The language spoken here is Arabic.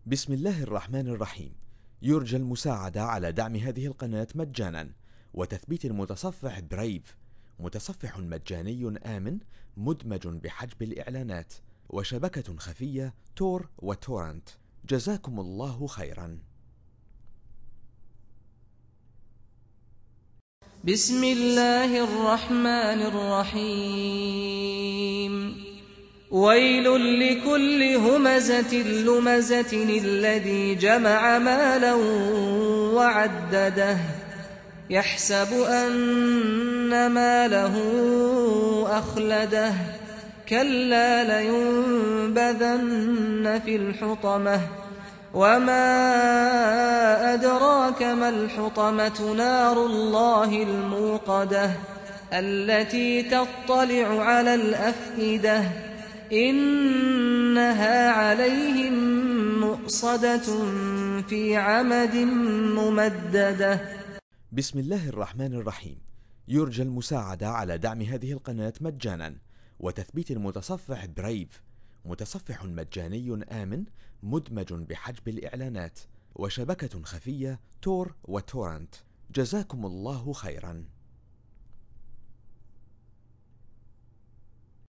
بسم الله الرحمن الرحيم. يرجى المساعدة على دعم هذه القناة مجانا وتثبيت المتصفح برايف، متصفح مجاني آمن مدمج بحجب الإعلانات وشبكة خفية تور وتورنت. جزاكم الله خيرا. بسم الله الرحمن الرحيم. ويل لكل همزة لمزة الذي جمع مالا وعدده يحسب أن ماله أخلده كلا لينبذن في الحطمة وما أدراك ما الحطمة نار الله الموقدة التي تطلع على الأفئدة إنها عليهم مؤصدة في عمد ممددة. بسم الله الرحمن الرحيم. يرجى المساعدة على دعم هذه القناة مجانا وتثبيت المتصفح برايف، متصفح مجاني آمن مدمج بحجب الإعلانات وشبكة خفية تور وتورنت. جزاكم الله خيرا.